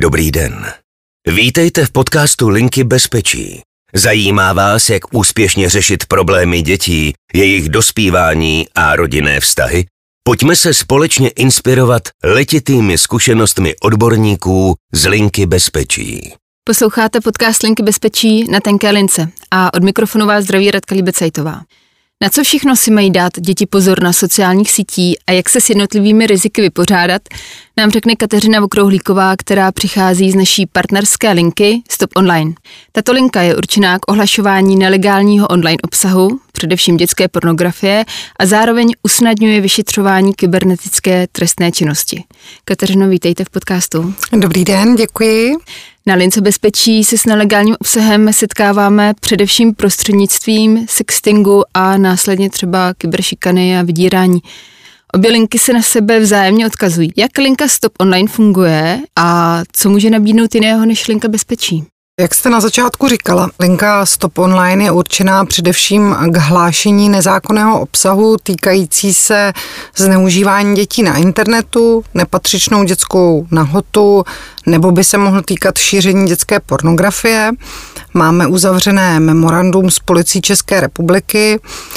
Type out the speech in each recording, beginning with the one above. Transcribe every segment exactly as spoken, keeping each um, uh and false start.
Dobrý den. Vítejte v podcastu Linky bezpečí. Zajímá vás, jak úspěšně řešit problémy dětí, jejich dospívání a rodinné vztahy? Pojďme se společně inspirovat letitými zkušenostmi odborníků z Linky bezpečí. Posloucháte podcast Linky bezpečí na tenké lince a od mikrofonu vás zdraví Radka Líbecajtová. Na co všechno si mají dát děti pozor na sociálních sítích a jak se s jednotlivými riziky vypořádat, nám řekne Kateřina Okrouhlíková, která přichází z naší partnerské linky Stop Online. Tato linka je určená k ohlašování nelegálního online obsahu, především dětské pornografie, a zároveň usnadňuje vyšetřování kybernetické trestné činnosti. Kateřino, vítejte v podcastu. Dobrý den, děkuji. Na lince bezpečí se s nelegálním obsahem setkáváme především prostřednictvím sextingu a následně třeba kyberšikany a vydírání. Obě linky se na sebe vzájemně odkazují. Jak linka Stop Online funguje a co může nabídnout jiného než linka bezpečí? Jak jste na začátku říkala, linka Stop Online je určená především k hlášení nezákonného obsahu týkající se zneužívání dětí na internetu, nepatřičnou dětskou nahotu, nebo by se mohl týkat šíření dětské pornografie. Máme uzavřené memorandum s Policií České republiky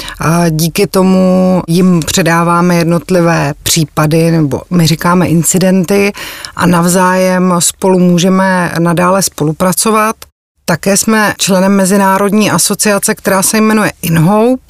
a díky tomu jim předáváme jednotlivé případy, nebo my říkáme incidenty, a navzájem spolu můžeme nadále spolupracovat. Také jsme členem mezinárodní asociace, která se jmenuje InHope.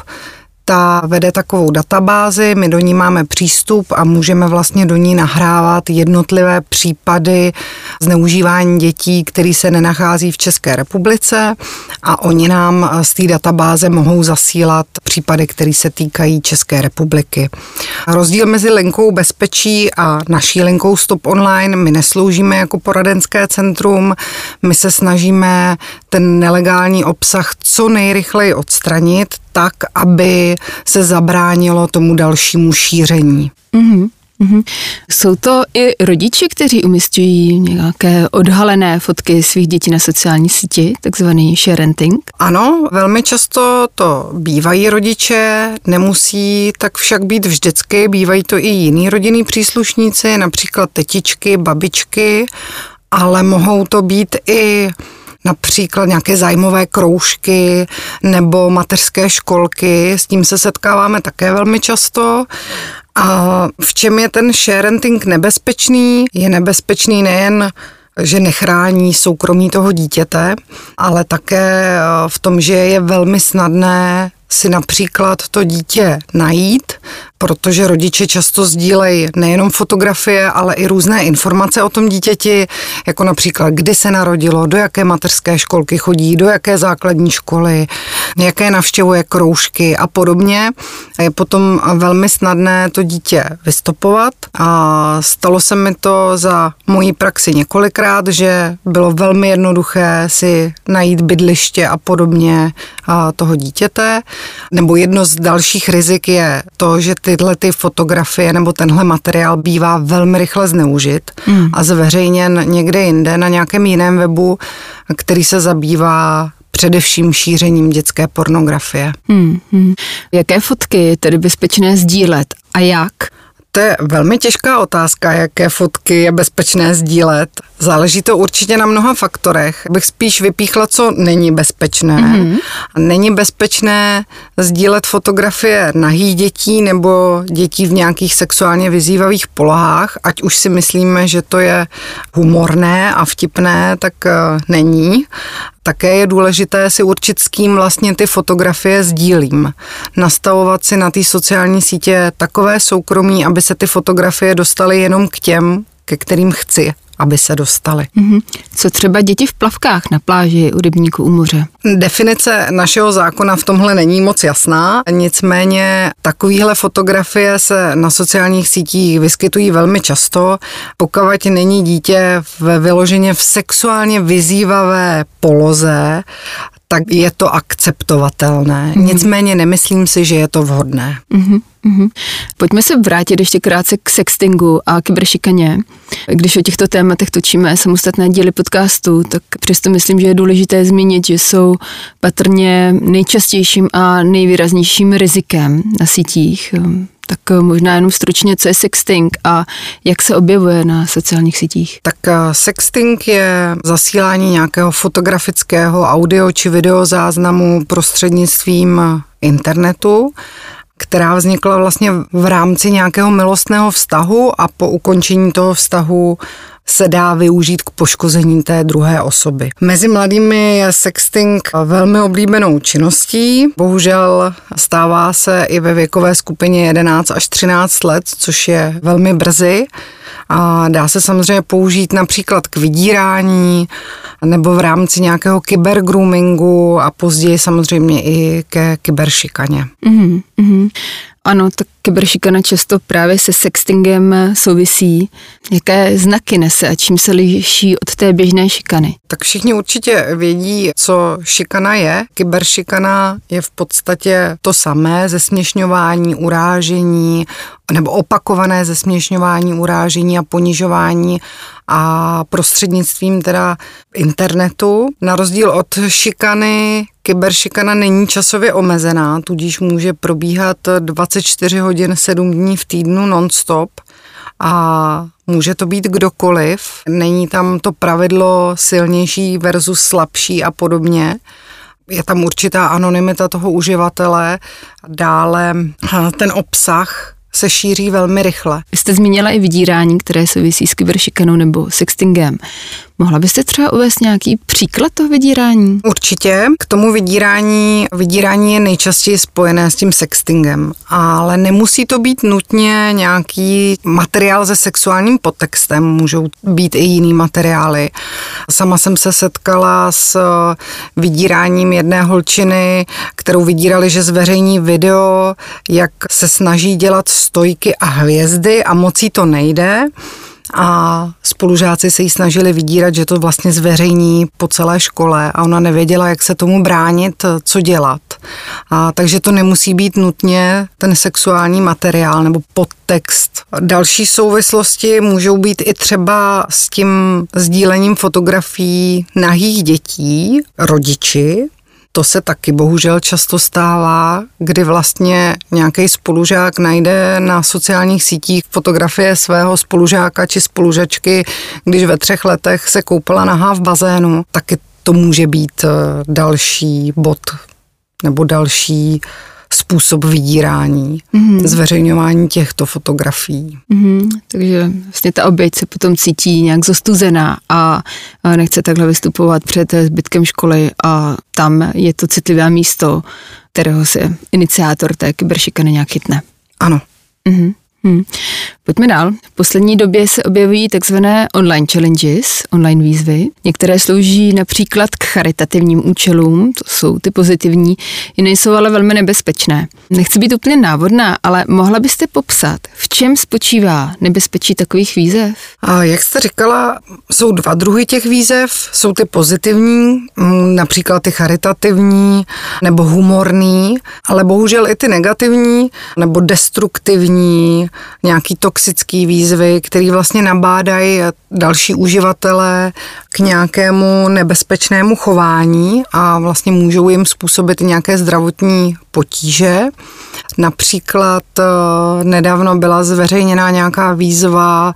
Ta vede takovou databázi, my do ní máme přístup a můžeme vlastně do ní nahrávat jednotlivé případy zneužívání dětí, které se nenachází v České republice, a oni nám z té databáze mohou zasílat případy, které se týkají České republiky. Rozdíl mezi linkou bezpečí a naší linkou Stop Online: my nesloužíme jako poradenské centrum, my se snažíme ten nelegální obsah co nejrychleji odstranit, tak, aby se zabránilo tomu dalšímu šíření. Mm-hmm. Mm-hmm. Jsou to i rodiče, kteří umisťují nějaké odhalené fotky svých dětí na sociální síti, takzvaný sharenting? Ano, velmi často to bývají rodiče, nemusí tak však být vždycky, bývají to i jiní rodinní příslušníci, například tetičky, babičky, ale mohou to být i například nějaké zájmové kroužky nebo mateřské školky, s tím se setkáváme také velmi často. A v čem je ten sharenting nebezpečný? Je nebezpečný nejen, že nechrání soukromí toho dítěte, ale také v tom, že je velmi snadné si například to dítě najít, protože rodiče často sdílejí nejenom fotografie, ale i různé informace o tom dítěti, jako například kdy se narodilo, do jaké mateřské školky chodí, do jaké základní školy, jaké navštěvuje kroužky a podobně. Je potom velmi snadné to dítě vystopovat a stalo se mi to za mojí praxi několikrát, že bylo velmi jednoduché si najít bydliště a podobně toho dítěte. Nebo jedno z dalších rizik je to, že tyhle ty fotografie nebo tenhle materiál bývá velmi rychle zneužit mm. a zveřejněn někde jinde na nějakém jiném webu, který se zabývá především šířením dětské pornografie. Hmm, hmm. Jaké fotky je tedy bezpečné sdílet a jak? To je velmi těžká otázka, jaké fotky je bezpečné sdílet. Záleží to určitě na mnoha faktorech. Bych spíš vypíchla, co není bezpečné. Mm-hmm. Není bezpečné sdílet fotografie nahých dětí nebo dětí v nějakých sexuálně vyzývavých polohách, ať už si myslíme, že to je humorné a vtipné, tak uh, není. Také je důležité si určit, s kým vlastně ty fotografie sdílím. Nastavovat si na té sociální sítě takové soukromí, aby se ty fotografie dostaly jenom k těm, ke kterým chci, aby se dostaly. Mm-hmm. Co třeba děti v plavkách na pláži u rybníku u moře? Definice našeho zákona v tomhle není moc jasná, nicméně takovéhle fotografie se na sociálních sítích vyskytují velmi často. Pokud není dítě ve vyloženě v sexuálně vyzývavé poloze, tak je to akceptovatelné. Mm. Nicméně nemyslím si, že je to vhodné. Mm-hmm. Mm-hmm. Pojďme se vrátit ještě krátce k sextingu a kyberšikaně. Když o těchto tématech točíme samostatné díly podcastu, tak přesto myslím, že je důležité zmínit, že jsou patrně nejčastějším a nejvýraznějším rizikem na sítích. Tak možná jenom stručně, co je sexting a jak se objevuje na sociálních sítích? Tak sexting je zasílání nějakého fotografického audio či video záznamu prostřednictvím internetu, která vznikla vlastně v rámci nějakého milostného vztahu a po ukončení toho vztahu se dá využít k poškození té druhé osoby. Mezi mladými je sexting velmi oblíbenou činností. Bohužel stává se i ve věkové skupině jedenáct až třináct let, což je velmi brzy. A dá se samozřejmě použít například k vydírání nebo v rámci nějakého kybergroomingu a později samozřejmě i ke kyberšikaně. Mm, mm. Ano, tak kyberšikana často právě se sextingem souvisí. Jaké znaky nese a čím se liší od té běžné šikany? Tak všichni určitě vědí, co šikana je. Kyberšikana je v podstatě to samé, zesměšňování, urážení nebo opakované zesměšňování, urážení a ponižování a prostřednictvím teda internetu. Na rozdíl od šikany, kyberšikana není časově omezená, tudíž může probíhat dvacet čtyři hodin, sedm dní v týdnu non-stop a může to být kdokoliv. Není tam to pravidlo silnější versus slabší a podobně. Je tam určitá anonymita toho uživatele, dále ten obsah se šíří velmi rychle. Vy jste zmínila i vydírání, které souvisí s kyberšikanou nebo sextingem. Mohla byste třeba uvést nějaký příklad toho vydírání? Určitě. K tomu vydírání, vydírání je nejčastěji spojené s tím sextingem, ale nemusí to být nutně nějaký materiál se sexuálním podtextem, můžou být i jiný materiály. Sama jsem se setkala s vydíráním jedné holčiny, kterou vydírali, že zveřejní video, jak se snaží dělat stojky a hvězdy a moc jí to nejde. A spolužáci se jí snažili vydírat, že to vlastně zveřejní po celé škole a ona nevěděla, jak se tomu bránit, co dělat. A takže to nemusí být nutně ten sexuální materiál nebo podtext. Další souvislosti můžou být i třeba s tím sdílením fotografií nahých dětí, rodiči. To se taky bohužel často stává, kdy vlastně nějaký spolužák najde na sociálních sítích fotografie svého spolužáka či spolužačky, když ve třech letech se koupala nahá v bazénu. Taky to může být další bod nebo další způsob vydírání, mm-hmm. zveřejňování těchto fotografií. Mm-hmm. Takže vlastně ta oběť se potom cítí nějak zostuzená a nechce takhle vystupovat před zbytkem školy a tam je to citlivé místo, kterého se iniciátor té kyberšikany nějak chytne. Ano. Mm-hmm. Hmm. Pojďme dál. V poslední době se objevují takzvané online challenges, online výzvy. Některé slouží například k charitativním účelům, to jsou ty pozitivní, jiné jsou ale velmi nebezpečné. Nechci být úplně návodná, ale mohla byste popsat, v čem spočívá nebezpečí takových výzev? A jak jste říkala, jsou dva druhy těch výzev, jsou ty pozitivní, například ty charitativní nebo humorný, ale bohužel i ty negativní nebo destruktivní, nějaký toxický výzvy, který vlastně nabádají další uživatelé k nějakému nebezpečnému chování a vlastně můžou jim způsobit nějaké zdravotní potíže. Například nedávno byla zveřejněná nějaká výzva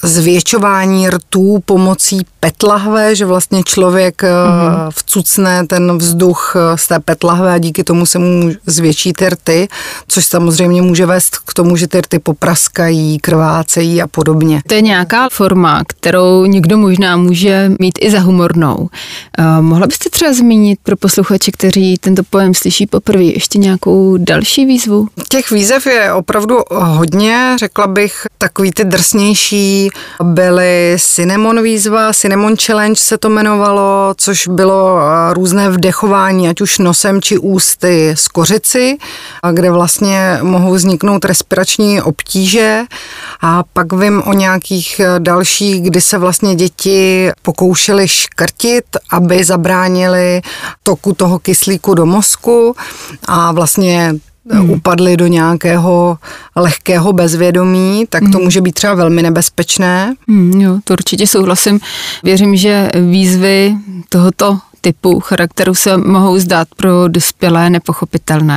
zvětšování rtů pomocí petlahve, že vlastně člověk mm. vcucne ten vzduch z té petlahve a díky tomu se mu zvětší ty rty, což samozřejmě může vést k tomu, že ty rty popraskají, krvácejí a podobně. To je nějaká forma, kterou někdo možná může mít i za humornou. Mohla byste třeba zmínit pro posluchače, kteří tento pojem slyší poprvé, ještě nějakou další výzvu? Těch výzev je opravdu hodně, řekla bych, takový ty drsnější byly Cinnamon výzva, Cinnamon Challenge se to jmenovalo, což bylo různé vdechování, ať už nosem či ústy z kořici, kde vlastně mohou vzniknout respirační obtíže. A pak vím o nějakých dalších, kdy se vlastně děti pokoušely škrtit, aby zabránili toku toho kyslíku do mozku a vlastně Hmm. upadli do nějakého lehkého bezvědomí, tak to hmm. může být třeba velmi nebezpečné. Hmm, jo, to určitě souhlasím. Věřím, že výzvy tohoto typu charakteru se mohou zdát pro dospělé nepochopitelné.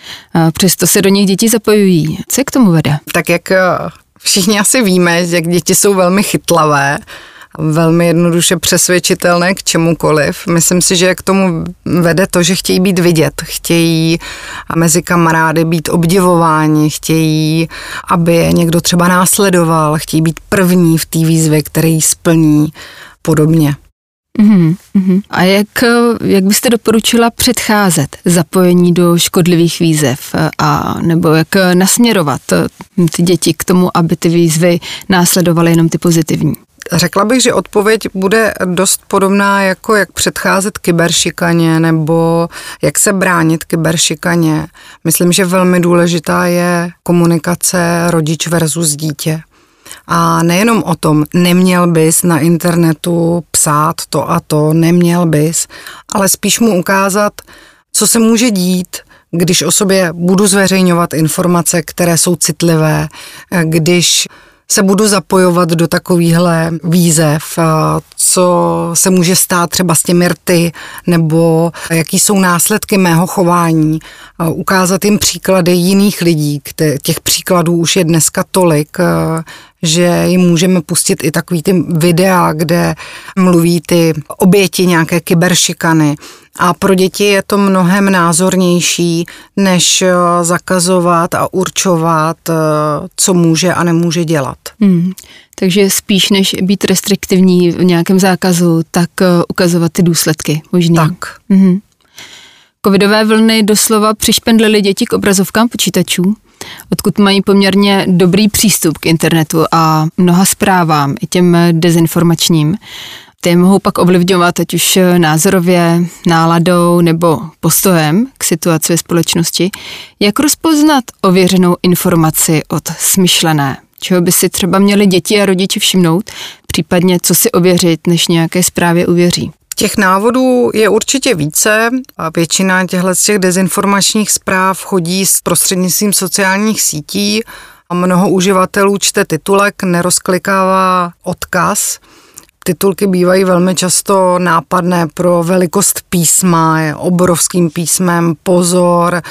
Přesto se do nich děti zapojují. Co je k tomu vede? Tak jak všichni asi víme, že děti jsou velmi chytlavé, velmi jednoduše přesvědčitelné k čemukoliv. Myslím si, že k tomu vede to, že chtějí být vidět, chtějí mezi kamarády být obdivováni, chtějí, aby je někdo třeba následoval, chtějí být první v té výzvě, který splní, podobně. Uhum, uhum. A jak, jak byste doporučila předcházet zapojení do škodlivých výzev a nebo jak nasměrovat ty děti k tomu, aby ty výzvy následovaly jenom ty pozitivní? Řekla bych, že odpověď bude dost podobná, jako jak předcházet kyberšikaně nebo jak se bránit kyberšikaně. Myslím, že velmi důležitá je komunikace rodič versus dítě. A nejenom o tom, neměl bys na internetu psát to a to, neměl bys, ale spíš mu ukázat, co se může dít, když o sobě budu zveřejňovat informace, které jsou citlivé, když se budu zapojovat do takovýchhle výzev, co se může stát třeba s těmi rty, nebo jaký jsou následky mého chování. Ukázat jim příklady jiných lidí, těch příkladů už je dneska tolik, že jim můžeme pustit i takový ty videa, kde mluví ty oběti nějaké kyberšikany. A pro děti je to mnohem názornější, než zakazovat a určovat, co může a nemůže dělat. Hmm. Takže spíš než být restriktivní v nějakém zákazu, tak ukazovat ty důsledky možný. Tak. Mhm. Covidové vlny doslova přišpendlily děti k obrazovkám počítačů, odkud mají poměrně dobrý přístup k internetu a mnoha zprávám, i těm dezinformačním. Ty mohou pak ovlivňovat ať už názorově, náladou nebo postojem k situaci ve společnosti. Jak rozpoznat ověřenou informaci od smyšlené? Čeho by si třeba měli děti a rodiče všimnout, případně co si ověřit, než nějaké zprávě uvěří? Těch návodů je určitě více a většina těchto těch dezinformačních zpráv chodí s prostřednictvím sociálních sítí a mnoho uživatelů čte titulek, nerozklikává odkaz. Titulky bývají velmi často nápadné pro velikost písma, je obrovským písmem, pozor,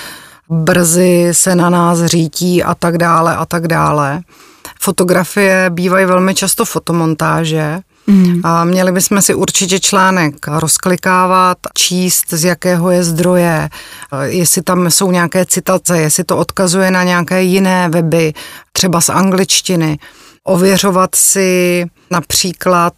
brzy se na nás řítí a tak dále a tak dále. Fotografie bývají velmi často fotomontáže. Mm. A měli bychom si určitě článek rozklikávat, číst, z jakého je zdroje, jestli tam jsou nějaké citace, jestli to odkazuje na nějaké jiné weby, třeba z angličtiny. Ověřovat si například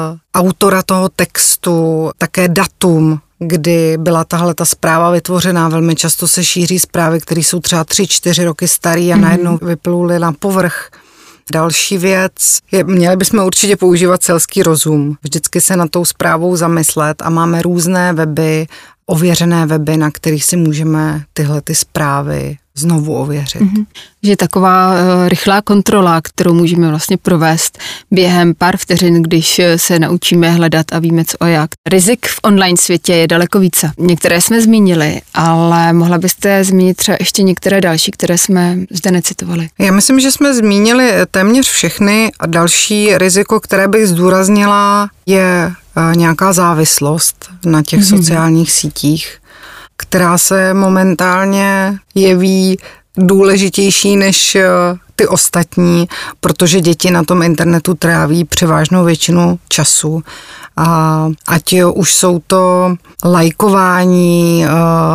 autora toho textu, také datum, kdy byla tahle ta zpráva vytvořená. Velmi často se šíří zprávy, které jsou třeba tři, čtyři roky starý a mm. najednou vypluly na povrch. Další věc je, měli bychom určitě používat selský rozum. Vždycky se nad tou zprávou zamyslet a máme různé weby, ověřené weby, na kterých si můžeme tyhle ty zprávy znovu ověřit. Mm-hmm. Že taková uh, rychlá kontrola, kterou můžeme vlastně provést během pár vteřin, když se naučíme hledat a víme co a jak. Rizik v online světě je daleko více. Některé jsme zmínili, ale mohla byste zmínit třeba ještě některé další, které jsme zde necitovali. Já myslím, že jsme zmínili téměř všechny a další riziko, které bych zdůraznila, je uh, nějaká závislost na těch mm-hmm. sociálních sítích, která se momentálně jeví důležitější než ty ostatní, protože děti na tom internetu tráví převážnou většinu času. A ať jo, už jsou to lajkování,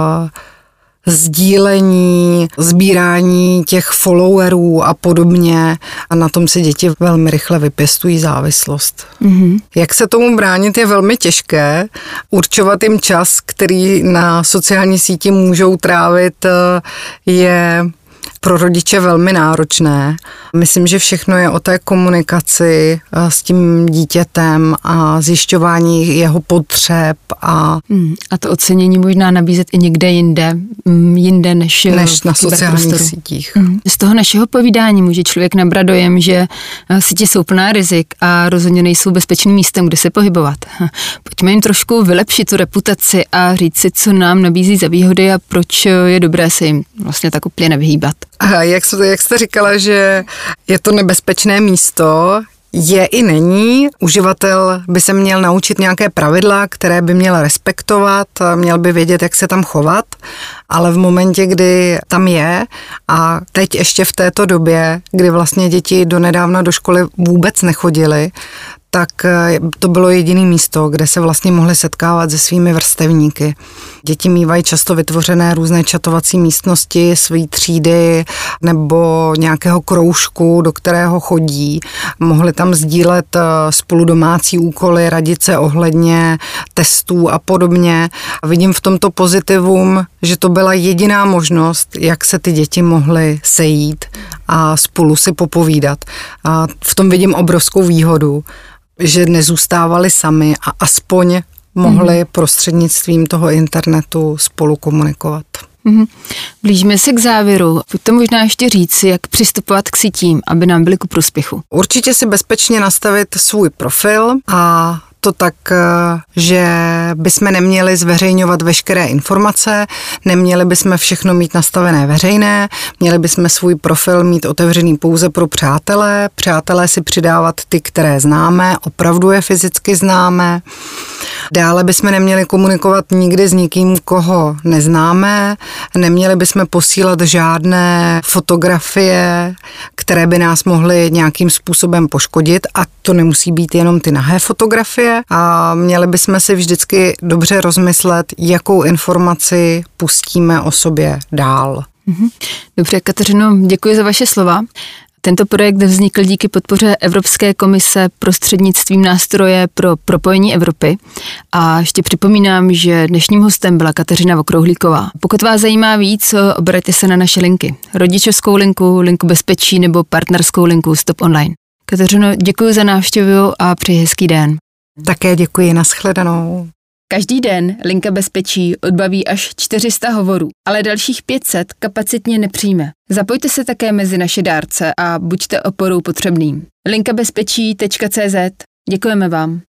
sdílení, sbírání těch followerů a podobně a na tom si děti velmi rychle vypěstují závislost. Mm-hmm. Jak se tomu bránit je velmi těžké. Určovat jim čas, který na sociální síti můžou trávit, je pro rodiče velmi náročné. Myslím, že všechno je o té komunikaci s tím dítětem a zjišťování jeho potřeb. A, hmm, a to ocenění možná nabízet i někde jinde, jinde než, než na sociálních sítích. Hmm. Z toho našeho povídání může člověk nabrat dojem, že sítě jsou plná rizik a rozhodně nejsou bezpečným místem, kde se pohybovat. Pojďme jim trošku vylepšit tu reputaci a říct si, co nám nabízí za výhody a proč je dobré se jim vlastně tak úplně nevyhýbat. A jak, jak jste říkala, že je to nebezpečné místo, Je i není. Uživatel by se měl naučit nějaké pravidla, které by měl respektovat, měl by vědět, jak se tam chovat, ale v momentě, kdy tam je a teď ještě v této době, kdy vlastně děti donedávna do školy vůbec nechodily, tak to bylo jediné místo, kde se vlastně mohli setkávat se svými vrstevníky. Děti mívají často vytvořené různé čatovací místnosti, své třídy nebo nějakého kroužku, do kterého chodí. Mohli tam sdílet spolu domácí úkoly, radit se ohledně testů a podobně. Vidím v tomto pozitivum, že to byla jediná možnost, jak se ty děti mohly sejít a spolu si popovídat. A v tom vidím obrovskou výhodu, že nezůstávali sami a aspoň mohli prostřednictvím toho internetu spolu komunikovat. Mm-hmm. Blížíme se k závěru. Pojďte možná ještě říct, jak přistupovat k sítím, aby nám byly ku prospěchu. Určitě si bezpečně nastavit svůj profil a to tak, že bychom neměli zveřejňovat veškeré informace, neměli bychom všechno mít nastavené veřejné, měli bychom svůj profil mít otevřený pouze pro přátelé, přátelé si přidávat ty, které známe, opravdu je fyzicky známe. Dále bychom neměli komunikovat nikdy s nikým, koho neznáme, neměli bychom posílat žádné fotografie, které by nás mohly nějakým způsobem poškodit, a to nemusí být jenom ty nahé fotografie, a měli bychom si vždycky dobře rozmyslet, jakou informaci pustíme o sobě dál. Dobře, Kateřino, děkuji za vaše slova. Tento projekt vznikl díky podpoře Evropské komise prostřednictvím nástroje pro propojení Evropy. A ještě připomínám, že dnešním hostem byla Kateřina Vokrouhlíková. Pokud vás zajímá víc, obraťte se na naše linky. Rodičovskou linku, linku bezpečí nebo partnerskou linku Stop Online. Kateřino, děkuji za návštěvu a přeji hezký den. Také děkuji, nashledanou. Každý den linka bezpečí odbaví až čtyři sta hovorů, ale dalších pět set kapacitně nepřijme. Zapojte se také mezi naše dárce a buďte oporou potřebným. linka bezpečí tečka cé zet. Děkujeme vám.